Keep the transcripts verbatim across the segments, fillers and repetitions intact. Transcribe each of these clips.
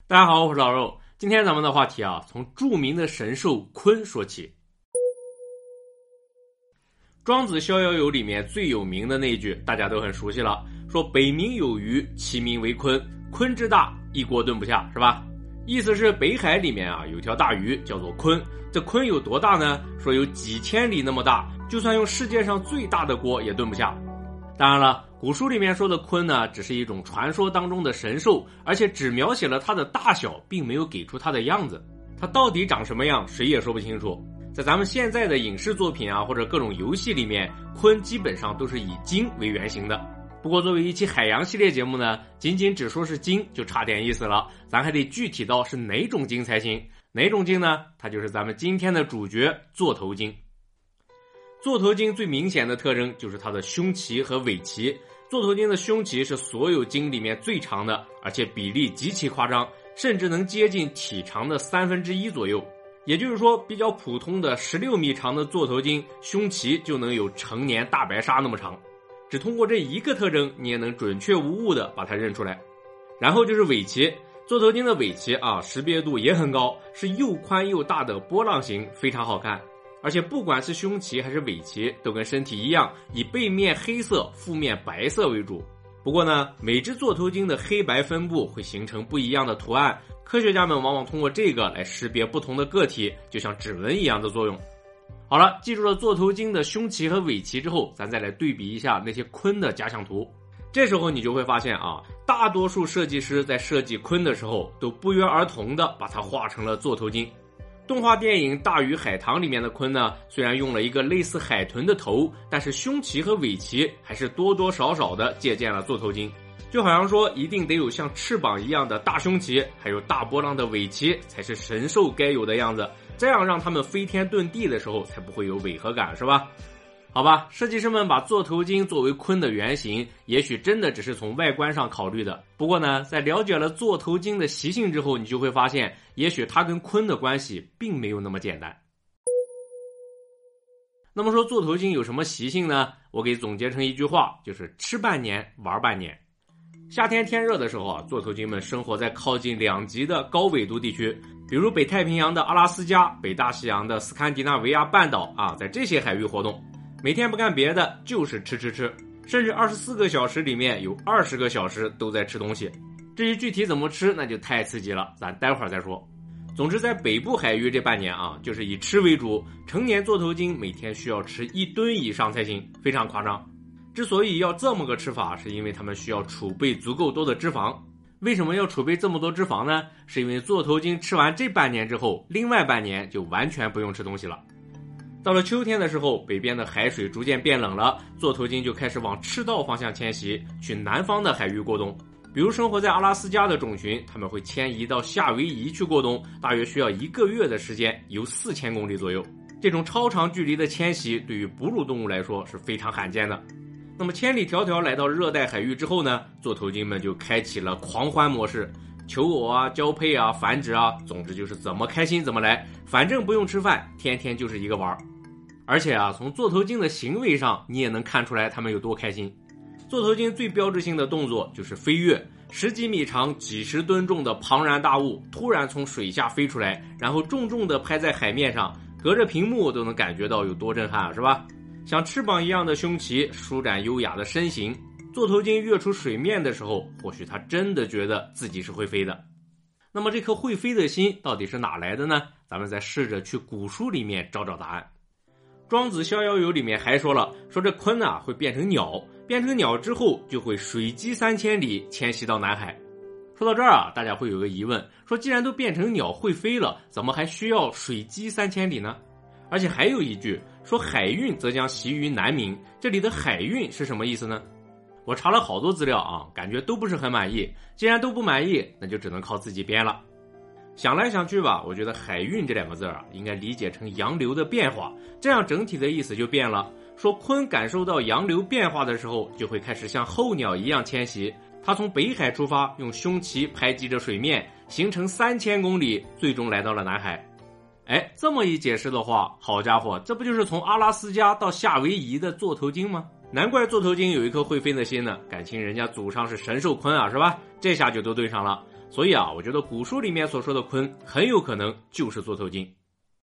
大家好，我是老肉。今天咱们的话题啊，从著名的神兽鲲说起。庄子逍遥游里面最有名的那一句大家都很熟悉了，说北冥有鱼，其名为鲲，鲲之大，一锅炖不下，是吧？意思是北海里面啊有条大鱼叫做鲲，这鲲有多大呢？说有几千里那么大，就算用世界上最大的锅也炖不下。当然了，古书里面说的鲲呢，只是一种传说当中的神兽，而且只描写了它的大小，并没有给出它的样子。它到底长什么样，谁也说不清楚。在咱们现在的影视作品啊，或者各种游戏里面，鲲基本上都是以鲸为原型的。不过作为一期海洋系列节目呢，仅仅只说是鲸就差点意思了，咱还得具体到是哪种鲸才行。哪种鲸呢？它就是咱们今天的主角座头鲸。座头鲸最明显的特征就是它的胸鳍和尾鳍。座头鲸的胸鳍是所有鲸里面最长的，而且比例极其夸张，甚至能接近体长的三分之一左右。也就是说，比较普通的十六米长的座头鲸，胸鳍就能有成年大白鲨那么长。只通过这一个特征，你也能准确无误的把它认出来。然后就是尾鳍，座头鲸的尾鳍啊，识别度也很高，是又宽又大的波浪形，非常好看。而且不管是胸鳍还是尾鳍，都跟身体一样，以背面黑色、腹面白色为主。不过呢，每只座头鲸的黑白分布会形成不一样的图案，科学家们往往通过这个来识别不同的个体，就像指纹一样的作用。好了，记住了座头鲸的胸鳍和尾鳍之后，咱再来对比一下那些鲲的假想图。这时候你就会发现啊，大多数设计师在设计鲲的时候，都不约而同的把它画成了座头鲸。动画电影《大鱼海棠》里面的鲲呢，虽然用了一个类似海豚的头，但是胸鳍和尾鳍还是多多少少的借鉴了座头鲸。就好像说，一定得有像翅膀一样的大胸鳍，还有大波浪的尾鳍，才是神兽该有的样子。这样让他们飞天遁地的时候，才不会有违和感，是吧？好吧，设计师们把座头鲸作为鲲的原型，也许真的只是从外观上考虑的。不过呢，在了解了座头鲸的习性之后，你就会发现，也许它跟鲲的关系并没有那么简单。那么说座头鲸有什么习性呢？我给总结成一句话，就是吃半年玩半年。夏天天热的时候啊，座头鲸们生活在靠近两极的高纬度地区，比如北太平洋的阿拉斯加、北大西洋的斯堪的纳维亚半岛啊，在这些海域活动。每天不干别的，就是吃吃吃，甚至二十四个小时里面有二十个小时都在吃东西。至于具体怎么吃，那就太刺激了，咱待会儿再说。总之在北部海域这半年啊，就是以吃为主，成年座头鲸每天需要吃一吨以上才行，非常夸张。之所以要这么个吃法，是因为他们需要储备足够多的脂肪。为什么要储备这么多脂肪呢？是因为座头鲸吃完这半年之后，另外半年就完全不用吃东西了。到了秋天的时候，北边的海水逐渐变冷了，座头鲸就开始往赤道方向迁徙，去南方的海域过冬。比如生活在阿拉斯加的种群，他们会迁移到夏威夷去过冬，大约需要一个月的时间，游四千公里左右。这种超长距离的迁徙对于哺乳动物来说是非常罕见的。那么千里迢迢来到热带海域之后呢，座头鲸们就开启了狂欢模式，求偶啊、交配啊、繁殖啊，总之就是怎么开心怎么来，反正不用吃饭，天天就是一个玩。而且啊，从座头鲸的行为上，你也能看出来他们有多开心。座头鲸最标志性的动作就是飞跃，十几米长、几十吨重的庞然大物突然从水下飞出来，然后重重地拍在海面上，隔着屏幕都能感觉到有多震撼啊，是吧？像翅膀一样的胸鳍，舒展优雅的身形，座头鲸跃出水面的时候，或许他真的觉得自己是会飞的。那么这颗会飞的心到底是哪来的呢？咱们再试着去古书里面找找答案。庄子逍遥游里面还说了，说这鲲啊会变成鸟，变成鸟之后就会水击三千里迁徙到南海。说到这儿啊，大家会有个疑问，说既然都变成鸟会飞了，怎么还需要水击三千里呢？而且还有一句说海运则将袭于南冥，这里的海运是什么意思呢？我查了好多资料啊，感觉都不是很满意。既然都不满意，那就只能靠自己编了。想来想去吧，我觉得海运这两个字啊，应该理解成洋流的变化，这样整体的意思就变了。说鲲感受到洋流变化的时候，就会开始像候鸟一样迁徙。它从北海出发，用胸鳍拍击着水面，行程三千公里，最终来到了南海。哎，这么一解释的话，好家伙，这不就是从阿拉斯加到夏威夷的座头鲸吗？难怪座头鲸有一颗会飞的心呢，感情人家祖上是神兽鲲啊，是吧？这下就都对上了。 所以啊，我觉得古书里面所说的鲲很有可能就是座头鲸。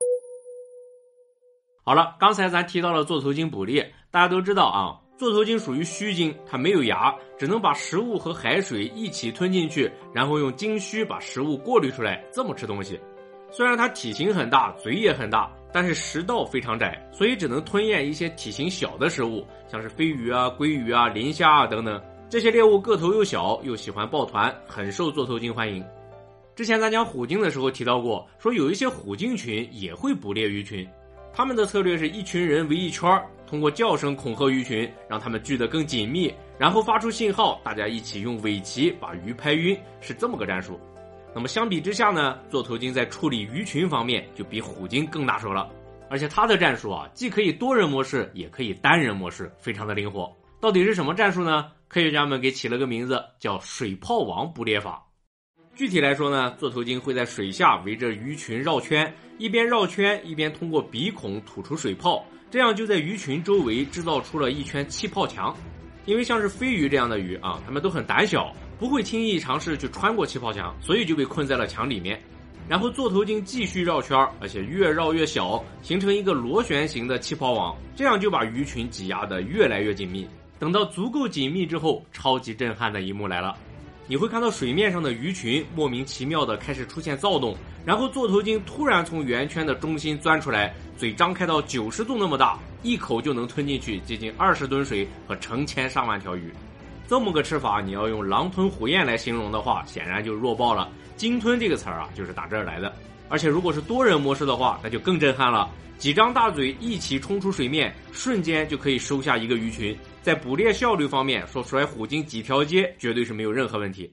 好了，刚才咱提到了座头鲸捕猎，大家都知道啊，座头鲸属于须鲸，它没有牙，只能把食物和海水一起吞进去，然后用鲸须把食物过滤出来，这么吃东西。虽然它体型很大，嘴也很大，但是食道非常窄，所以只能吞咽一些体型小的食物，像是飞鱼啊、鲑鱼啊、磷虾啊等等。这些猎物个头又小，又喜欢抱团，很受座头鲸欢迎。之前咱讲虎鲸的时候提到过，说有一些虎鲸群也会捕猎鱼群，他们的策略是一群人围一圈，通过叫声恐吓鱼群，让他们聚得更紧密，然后发出信号，大家一起用尾鳍把鱼拍晕，是这么个战术。那么相比之下呢，座头鲸在处理鱼群方面就比虎鲸更拿手了，而且它的战术啊，既可以多人模式，也可以单人模式，非常的灵活。到底是什么战术呢？科学家们给起了个名字，叫水泡网捕猎法。具体来说呢，座头鲸会在水下围着鱼群绕圈，一边绕圈一边通过鼻孔吐出水泡，这样就在鱼群周围制造出了一圈气泡墙。因为像是飞鱼这样的鱼啊，它们都很胆小，不会轻易尝试去穿过气泡墙，所以就被困在了墙里面。然后座头鲸继续绕圈，而且越绕越小，形成一个螺旋形的气泡网，这样就把鱼群挤压得越来越紧密。等到足够紧密之后，超级震撼的一幕来了。你会看到水面上的鱼群莫名其妙的开始出现躁动，然后座头鲸突然从圆圈的中心钻出来，嘴张开到九十度那么大，一口就能吞进去接近二十吨水和成千上万条鱼。这么个吃法，你要用狼吞虎咽来形容的话，显然就弱爆了。鲸吞这个词儿啊，就是打这儿来的。而且如果是多人模式的话，那就更震撼了。几张大嘴一起冲出水面，瞬间就可以收下一个鱼群。在捕猎效率方面，说甩虎鲸几条街绝对是没有任何问题。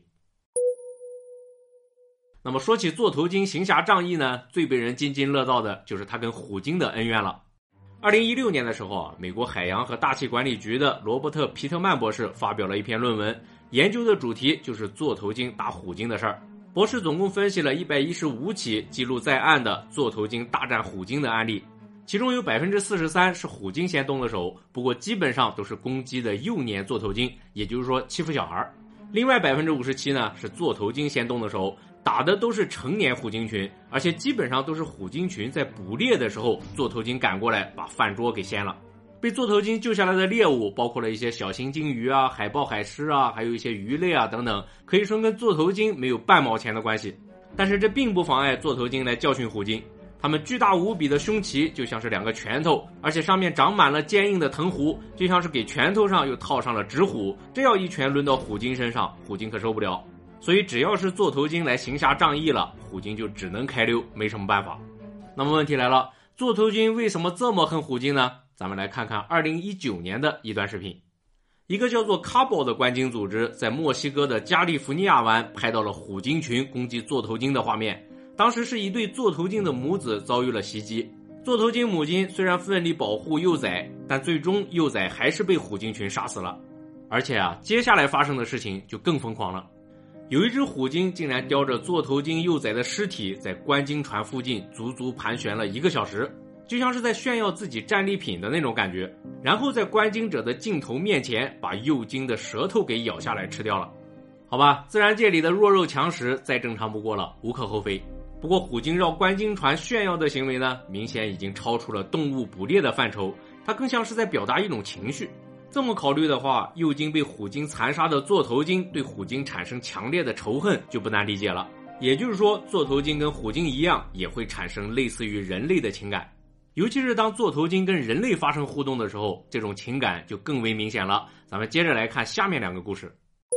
那么说起座头鲸行侠仗义呢，最被人津津乐道的就是它跟虎鲸的恩怨了。二零一六年的时候啊，美国海洋和大气管理局的罗伯特·皮特曼博士发表了一篇论文，研究的主题就是座头鲸打虎鲸的事儿。博士总共分析了一百一十五起记录在案的座头鲸大战虎鲸的案例，其中有 百分之四十三 是虎鲸先动了手，不过基本上都是攻击的幼年座头鲸，也就是说欺负小孩。另外 百分之五十七 呢是座头鲸先动的手，打的都是成年虎鲸群，而且基本上都是虎鲸群在捕猎的时候，座头鲸赶过来把饭桌给掀了。被座头鲸救下来的猎物包括了一些小型鲸鱼啊、海豹、海狮啊，还有一些鱼类啊等等，可以说跟座头鲸没有半毛钱的关系。但是这并不妨碍座头鲸来教训虎鲸，它们巨大无比的胸鳍就像是两个拳头，而且上面长满了坚硬的藤壶，就像是给拳头上又套上了纸虎，这要一拳抡到虎鲸身上，虎鲸可受不了。所以只要是座头鲸来行侠仗义了，虎鲸就只能开溜，没什么办法。那么问题来了，座头鲸为什么这么恨虎鲸呢？咱们来看看二零一九年的一段视频。一个叫做 C A B O 的观鲸组织在墨西哥的加利福尼亚湾拍到了虎鲸群攻击座头鲸的画面。当时是一对座头鲸的母子遭遇了袭击，座头鲸母鲸虽然奋力保护幼崽，但最终幼崽还是被虎鲸群杀死了。而且啊，接下来发生的事情就更疯狂了。有一只虎鲸竟然叼着座头鲸幼崽的尸体在观鲸船附近足足盘旋了一个小时，就像是在炫耀自己战利品的那种感觉，然后在观鲸者的镜头面前把幼鲸的舌头给咬下来吃掉了。好吧，自然界里的弱肉强食再正常不过了，无可厚非。不过虎鲸绕观鲸船炫耀的行为呢，明显已经超出了动物捕猎的范畴，它更像是在表达一种情绪。这么考虑的话，幼鲸被虎鲸残杀的座头鲸对虎鲸产生强烈的仇恨就不难理解了。也就是说，座头鲸跟虎鲸一样，也会产生类似于人类的情感。尤其是当座头鲸跟人类发生互动的时候，这种情感就更为明显了。咱们接着来看下面两个故事。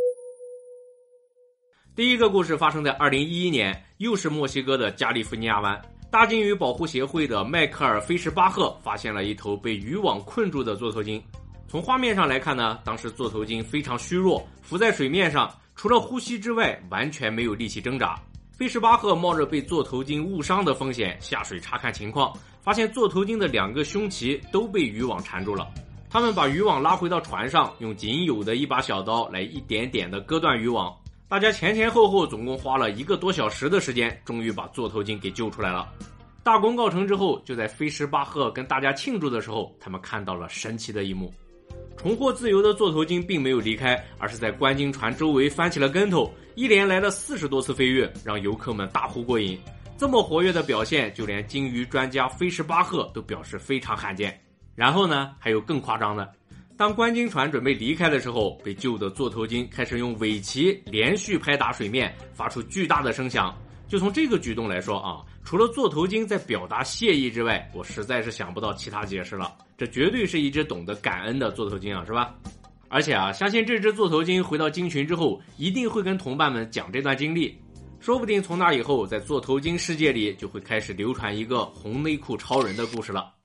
第一个故事发生在二零一一年，又是墨西哥的加利福尼亚湾。大鲸鱼保护协会的迈克尔·菲什巴赫发现了一头被渔网困住的座头鲸。从画面上来看呢，当时座头鲸非常虚弱，浮在水面上，除了呼吸之外，完全没有力气挣扎。菲什巴赫冒着被座头鲸误伤的风险下水查看情况，发现座头鲸的两个胸鳍都被渔网缠住了。他们把渔网拉回到船上，用仅有的一把小刀来一点点地割断渔网。大家前前后后总共花了一个多小时的时间，终于把座头鲸给救出来了。大功告成之后，就在菲什巴赫跟大家庆祝的时候，他们看到了神奇的一幕。 重获自由的座头鲸并没有离开，而是在观鲸船周围翻起了跟头，一连来了四十多次飞跃，让游客们大呼过瘾。这么活跃的表现，就连鲸鱼专家菲什巴赫都表示非常罕见。然后呢，还有更夸张的，当观鲸船准备离开的时候，被救的座头鲸开始用尾鳍连续拍打水面，发出巨大的声响。就从这个举动来说啊，除了座头鲸在表达谢意之外，我实在是想不到其他解释了。这绝对是一只懂得感恩的座头鲸啊，是吧？而且啊，相信这只座头鲸回到鲸群之后，一定会跟同伴们讲这段经历。说不定从那以后，在座头鲸世界里就会开始流传一个红内裤超人的故事了。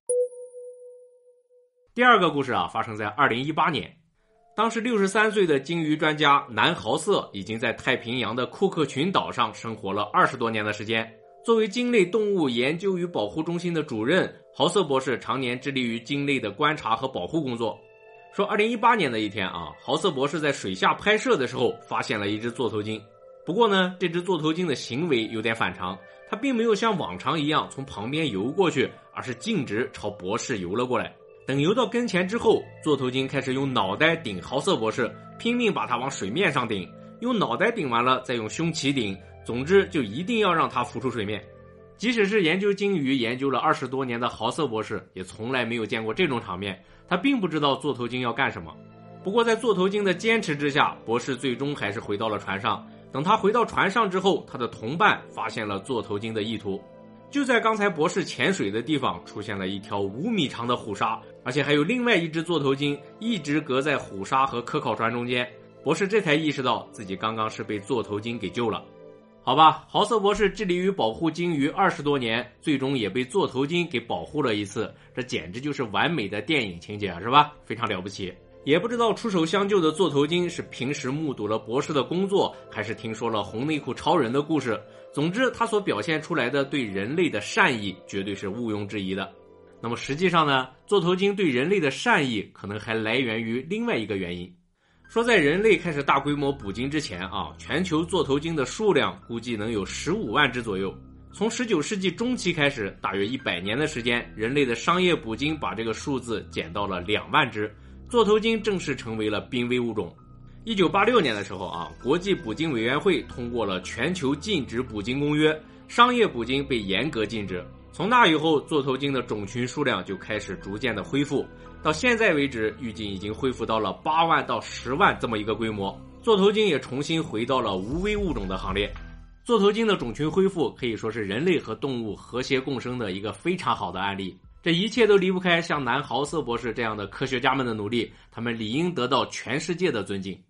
第二个故事啊，发生在二零一八年。当时六十三岁的鲸鱼专家南豪瑟已经在太平洋的库克群岛上生活了二十多年的时间。作为鲸类动物研究与保护中心的主任，豪瑟博士常年致力于鲸类的观察和保护工作。说二零一八年的一天啊，豪瑟博士在水下拍摄的时候发现了一只座头鲸。不过呢，这只座头鲸的行为有点反常，它并没有像往常一样从旁边游过去，而是径直朝博士游了过来。等游到跟前之后，座头鲸开始用脑袋顶豪瑟博士，拼命把他往水面上顶，用脑袋顶完了再用胸鳍顶，总之就一定要让他浮出水面。即使是研究鲸鱼研究了二十多年的豪瑟博士，也从来没有见过这种场面，他并不知道座头鲸要干什么。不过在座头鲸的坚持之下，博士最终还是回到了船上。等他回到船上之后，他的同伴发现了座头鲸的意图。就在刚才博士潜水的地方出现了一条五米长的虎鲨，而且还有另外一只座头鲸一直隔在虎鲨和科考船中间。博士这才意识到自己刚刚是被座头鲸给救了。好吧，豪瑟博士致力于保护鲸鱼二十多年，最终也被座头鲸给保护了一次，这简直就是完美的电影情节啊，是吧？非常了不起。也不知道出手相救的座头鲸是平时目睹了博士的工作，还是听说了红内裤超人的故事。总之他所表现出来的对人类的善意绝对是毋庸置疑的。那么实际上呢，座头鲸对人类的善意可能还来源于另外一个原因。说在人类开始大规模捕鲸之前啊，全球座头鲸的数量估计能有十五万只左右。从十九世纪中期开始，大约一百年的时间，人类的商业捕鲸把这个数字减到了两万只，座头鲸正式成为了濒危物种。一九八六年的时候啊，国际捕鲸委员会通过了全球禁止捕鲸公约，商业捕鲸被严格禁止。从那以后，座头鲸的种群数量就开始逐渐的恢复，到现在为止，预计已经恢复到了八万到十万这么一个规模。座头鲸也重新回到了无危物种的行列。座头鲸的种群恢复可以说是人类和动物和谐共生的一个非常好的案例。这一切都离不开像南豪瑟博士这样的科学家们的努力，他们理应得到全世界的尊敬。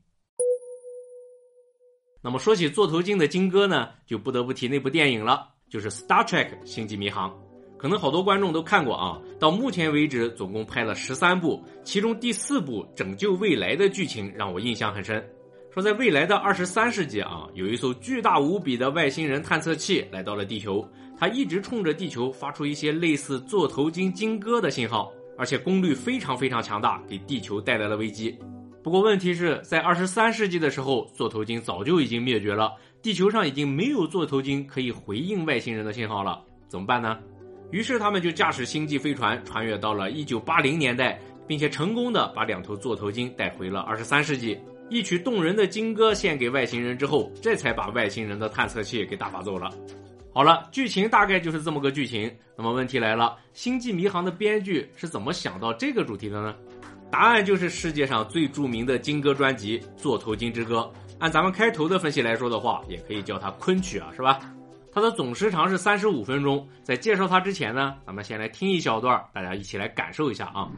那么说起座头鲸的鲸歌呢，就不得不提那部电影了，就是 Star Trek 星际迷航。可能好多观众都看过啊，到目前为止总共拍了十三部，其中第四部拯救未来的剧情让我印象很深。说在未来的二十三世纪啊，有一艘巨大无比的外星人探测器来到了地球，它一直冲着地球发出一些类似座头鲸鲸歌的信号，而且功率非常非常强大，给地球带来了危机。不过问题是在二十三世纪的时候，座头鲸早就已经灭绝了，地球上已经没有座头鲸可以回应外星人的信号了，怎么办呢？于是他们就驾驶星际飞船穿越到了一九八零年代，并且成功的把两头座头鲸带回了二十三世纪，一曲动人的鲸歌献给外星人之后，这才把外星人的探测器给打发走了。好了，剧情大概就是这么个剧情。那么问题来了，星际迷航的编剧是怎么想到这个主题的呢？答案就是世界上最著名的鲸歌专辑《座头鲸之歌》。按咱们开头的分析来说的话，也可以叫它昆曲啊，是吧？它的总时长是三十五分钟。在介绍它之前呢，咱们先来听一小段，大家一起来感受一下啊。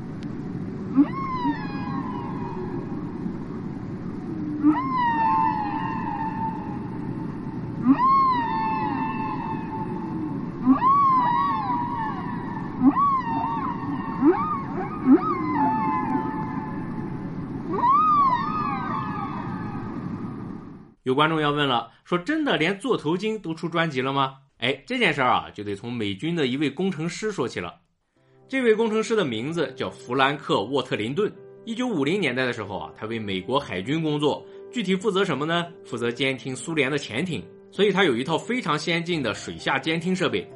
有观众要问了，说真的连座头鲸都出专辑了吗？哎，这件事儿啊，就得从美军的一位工程师说起了。这位工程师的名字叫弗兰克·沃特林顿。一九五零年代的时候啊，他为美国海军工作，具体负责什么呢？负责监听苏联的潜艇，所以他有一套非常先进的水下监听设备。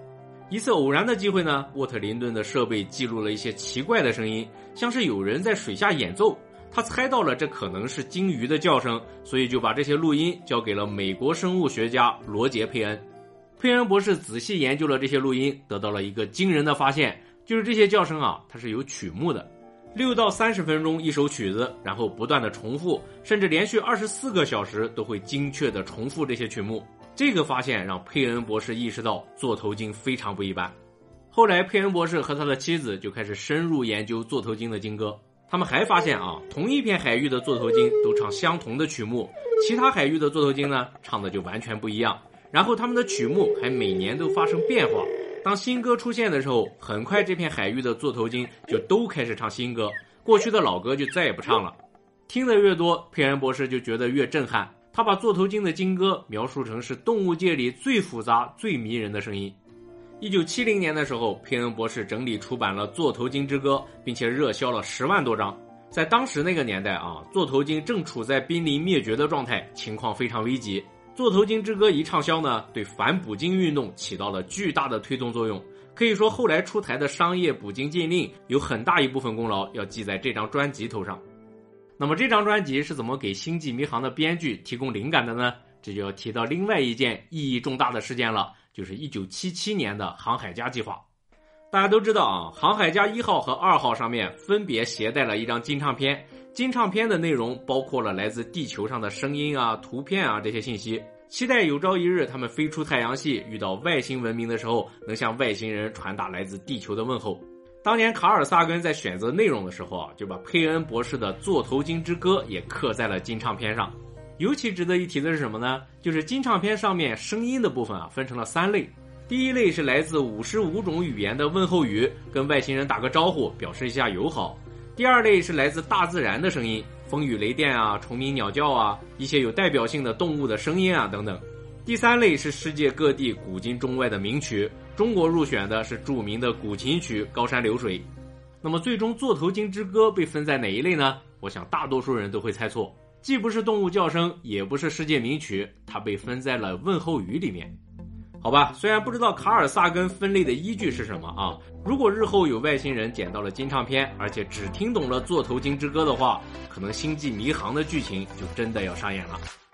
一次偶然的机会呢，沃特林顿的设备记录了一些奇怪的声音，像是有人在水下演奏。他猜到了这可能是鲸鱼的叫声，所以就把这些录音交给了美国生物学家罗杰·佩恩。佩恩博士仔细研究了这些录音，得到了一个惊人的发现，就是这些叫声啊，它是有曲目的，六到三十分钟一首曲子，然后不断的重复，甚至连续二十四个小时都会精确的重复这些曲目。这个发现让佩恩博士意识到座头鲸非常不一般。后来佩恩博士和他的妻子就开始深入研究座头鲸的鲸歌，他们还发现啊，同一片海域的座头鲸都唱相同的曲目，其他海域的座头鲸呢，唱的就完全不一样。然后他们的曲目还每年都发生变化，当新歌出现的时候，很快这片海域的座头鲸就都开始唱新歌，过去的老歌就再也不唱了。听得越多，佩恩博士就觉得越震撼，他把座头鲸的鲸歌描述成是动物界里最复杂最迷人的声音。一九七零年的时候，佩恩博士整理出版了《座头鲸之歌》，并且热销了十万多张。在当时那个年代啊，座头鲸正处在濒临灭绝的状态，情况非常危急。座头鲸之歌一畅销呢，对反捕鲸运动起到了巨大的推动作用。可以说后来出台的商业捕鲸禁令有很大一部分功劳要记在这张专辑头上。那么这张专辑是怎么给《星际迷航》的编剧提供灵感的呢？这就要提到另外一件意义重大的事件了，就是一九七七年的航海家计划。大家都知道啊，航海家一号和二号上面分别携带了一张金唱片，金唱片的内容包括了来自地球上的声音啊、图片啊这些信息，期待有朝一日他们飞出太阳系，遇到外星文明的时候，能向外星人传达来自地球的问候。当年卡尔萨根在选择内容的时候啊，就把佩恩博士的《座头鲸之歌》也刻在了金唱片上。尤其值得一提的是什么呢？就是金唱片上面声音的部分啊，分成了三类。第一类是来自五十五种语言的问候语，跟外星人打个招呼，表示一下友好。第二类是来自大自然的声音，风雨雷电啊、虫鸣鸟叫啊，一些有代表性的动物的声音啊等等。第三类是世界各地古今中外的名曲，中国入选的是著名的古琴曲《高山流水》。那么最终座头鲸之歌被分在哪一类呢？我想大多数人都会猜错，既不是动物叫声，也不是世界名曲，它被分在了问候语里面。好吧，虽然不知道卡尔萨根分类的依据是什么啊，如果日后有外星人捡到了金唱片，而且只听懂了座头鲸之歌的话，可能星际迷航的剧情就真的要上演了。